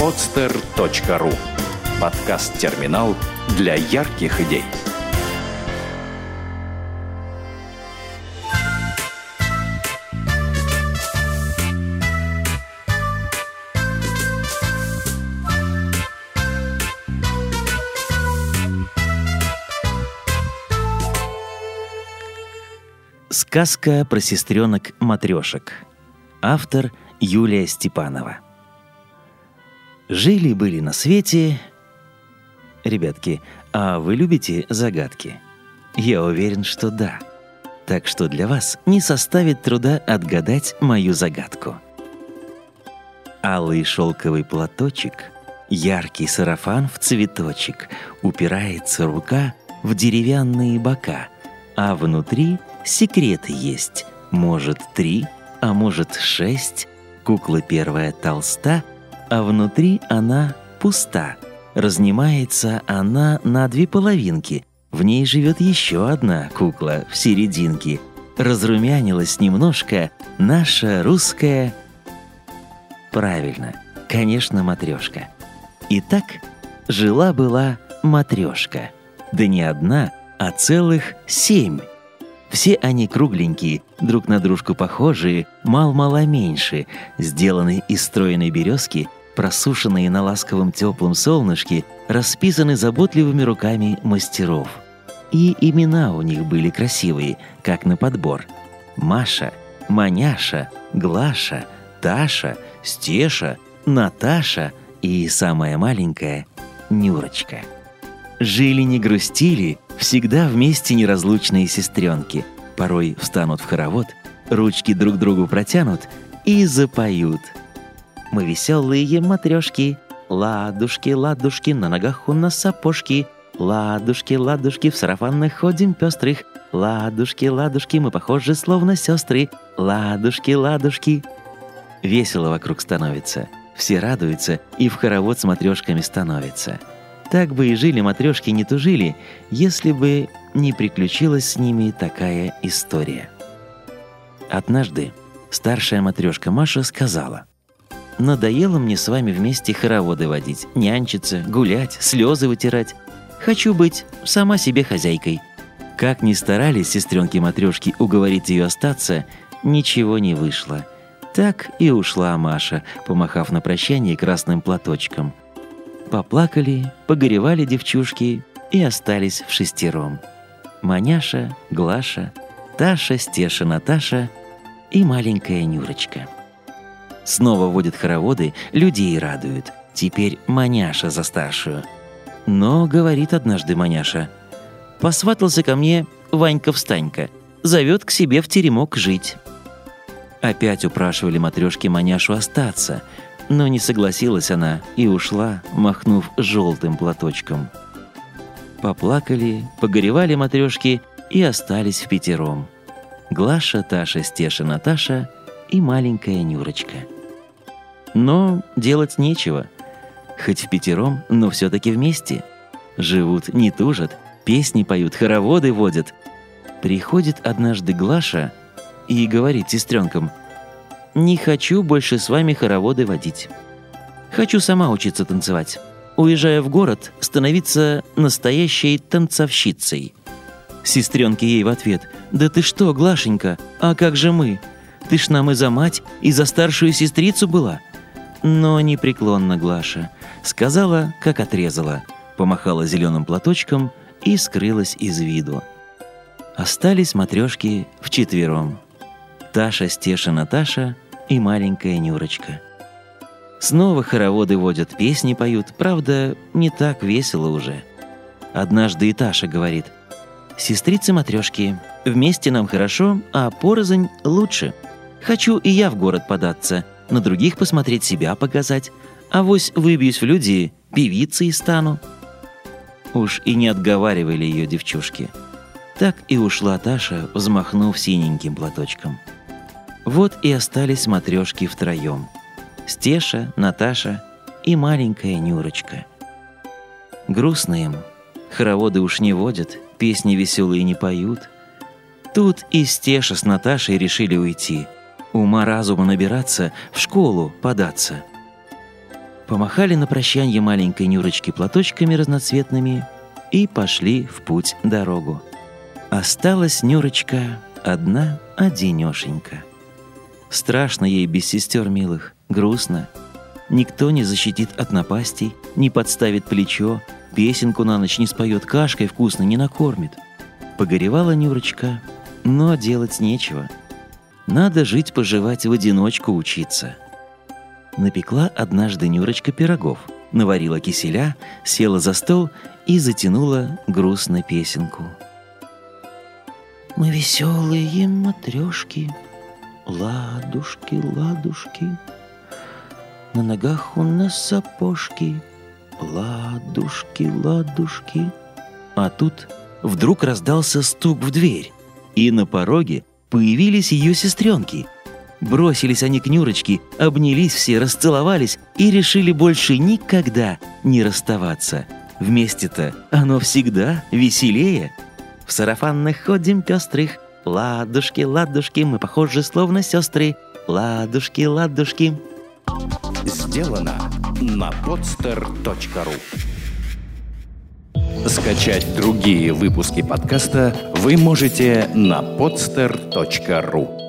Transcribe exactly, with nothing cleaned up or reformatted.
подстер точка ру. Подкаст-терминал для ярких идей. Сказка про сестренок-матрешек. Автор Юлия Степанова. Жили-были на свете... Ребятки, а вы любите загадки? Я уверен, что да. Так что для вас не составит труда отгадать мою загадку. Алый шелковый платочек, яркий сарафан в цветочек, упирается рука в деревянные бока, а внутри секреты есть. Может, три, а может, шесть. Кукла первая толста, а внутри она пуста. Разнимается она на две половинки. В ней живет еще одна кукла в серединке. Разрумянилась немножко наша русская... Правильно, конечно, матрешка. Итак, жила-была матрешка. Да не одна, а целых семь. Все они кругленькие, друг на дружку похожие, мал-мало меньше, сделаны из стройной березки, просушенные на ласковом теплом солнышке, расписаны заботливыми руками мастеров. И имена у них были красивые, как на подбор. Маша, Маняша, Глаша, Таша, Стеша, Наташа и самая маленькая Нюрочка. Жили не грустили, всегда вместе неразлучные сестренки. Порой встанут в хоровод, ручки друг другу протянут и запоют. Мы веселые матрешки, ладушки, ладушки, на ногах у нас сапожки. Ладушки, ладушки, в сарафанах ходим пестрых. Ладушки, ладушки, мы похожи словно сестры. Ладушки, ладушки. Весело вокруг становится, все радуются и в хоровод с матрешками становятся. Так бы и жили матрешки, не тужили, если бы не приключилась с ними такая история. Однажды старшая матрешка Маша сказала: «Надоело мне с вами вместе хороводы водить, нянчиться, гулять, слезы вытирать. Хочу быть сама себе хозяйкой». Как ни старались сестренки-матрешки уговорить ее остаться, ничего не вышло. Так и ушла Маша, помахав на прощание красным платочком. Поплакали, погоревали девчушки и остались в шестером. Маняша, Глаша, Таша, Стеша, Наташа и маленькая Нюрочка. Снова водят хороводы, людей радуют. Теперь Маняша за старшую. Но, говорит однажды Маняша, посватался ко мне Ванька-встанька, зовет к себе в теремок жить. Опять упрашивали матрешки Маняшу остаться, но не согласилась она и ушла, махнув желтым платочком. Поплакали, погоревали матрешки и остались впятером. Глаша, Таша, Стеша, Наташа и маленькая Нюрочка. Но делать нечего. Хоть впятером, но все-таки вместе. Живут, не тужат, песни поют, хороводы водят. Приходит однажды Глаша и говорит сестренкам: «Не хочу больше с вами хороводы водить. Хочу сама учиться танцевать. Уезжая в город, становиться настоящей танцовщицей». Сестренки ей в ответ: «Да ты что, Глашенька, а как же мы? Ты ж нам и за мать, и за старшую сестрицу была». Но непреклонно Глаша сказала, как отрезала, помахала зеленым платочком и скрылась из виду. Остались матрешки вчетвером. Таша, Стеша, Наташа и маленькая Нюрочка. Снова хороводы водят, песни поют, правда, не так весело уже. Однажды и Таша говорит: «Сестрицы-матрешки, вместе нам хорошо, а порознь лучше. Хочу и я в город податься, на других посмотреть, себя показать. Авось выбьюсь в люди, певицей стану». Уж и не отговаривали ее девчушки. Так и ушла Таша, взмахнув синеньким платочком. Вот и остались матрешки втроем. Стеша, Наташа и маленькая Нюрочка. Грустно им. Хороводы уж не водят, песни веселые не поют. Тут и Стеша с Наташей решили уйти. Ума-разума набираться, в школу податься. Помахали на прощанье маленькой Нюрочке платочками разноцветными и пошли в путь-дорогу. Осталась Нюрочка одна-одинешенька. Страшно ей без сестер милых, грустно. Никто не защитит от напастей, не подставит плечо, песенку на ночь не споет, кашкой вкусно не накормит. Погоревала Нюрочка, но делать нечего. Надо жить-поживать, в одиночку учиться. Напекла однажды Нюрочка пирогов, наварила киселя, села за стол и затянула грустно песенку. Мы веселые матрешки, ладушки, ладушки, на ногах у нас сапожки, ладушки, ладушки. А тут вдруг раздался стук в дверь, и на пороге появились ее сестренки. Бросились они к Нюрочке, обнялись все, расцеловались и решили больше никогда не расставаться. Вместе-то оно всегда веселее. В сарафанных ходим пестрых, ладушки, ладушки, мы похожи словно сестры, ладушки, ладушки. Сделано на подстер точка ру. Скачать другие выпуски подкаста вы можете на подстер точка ру.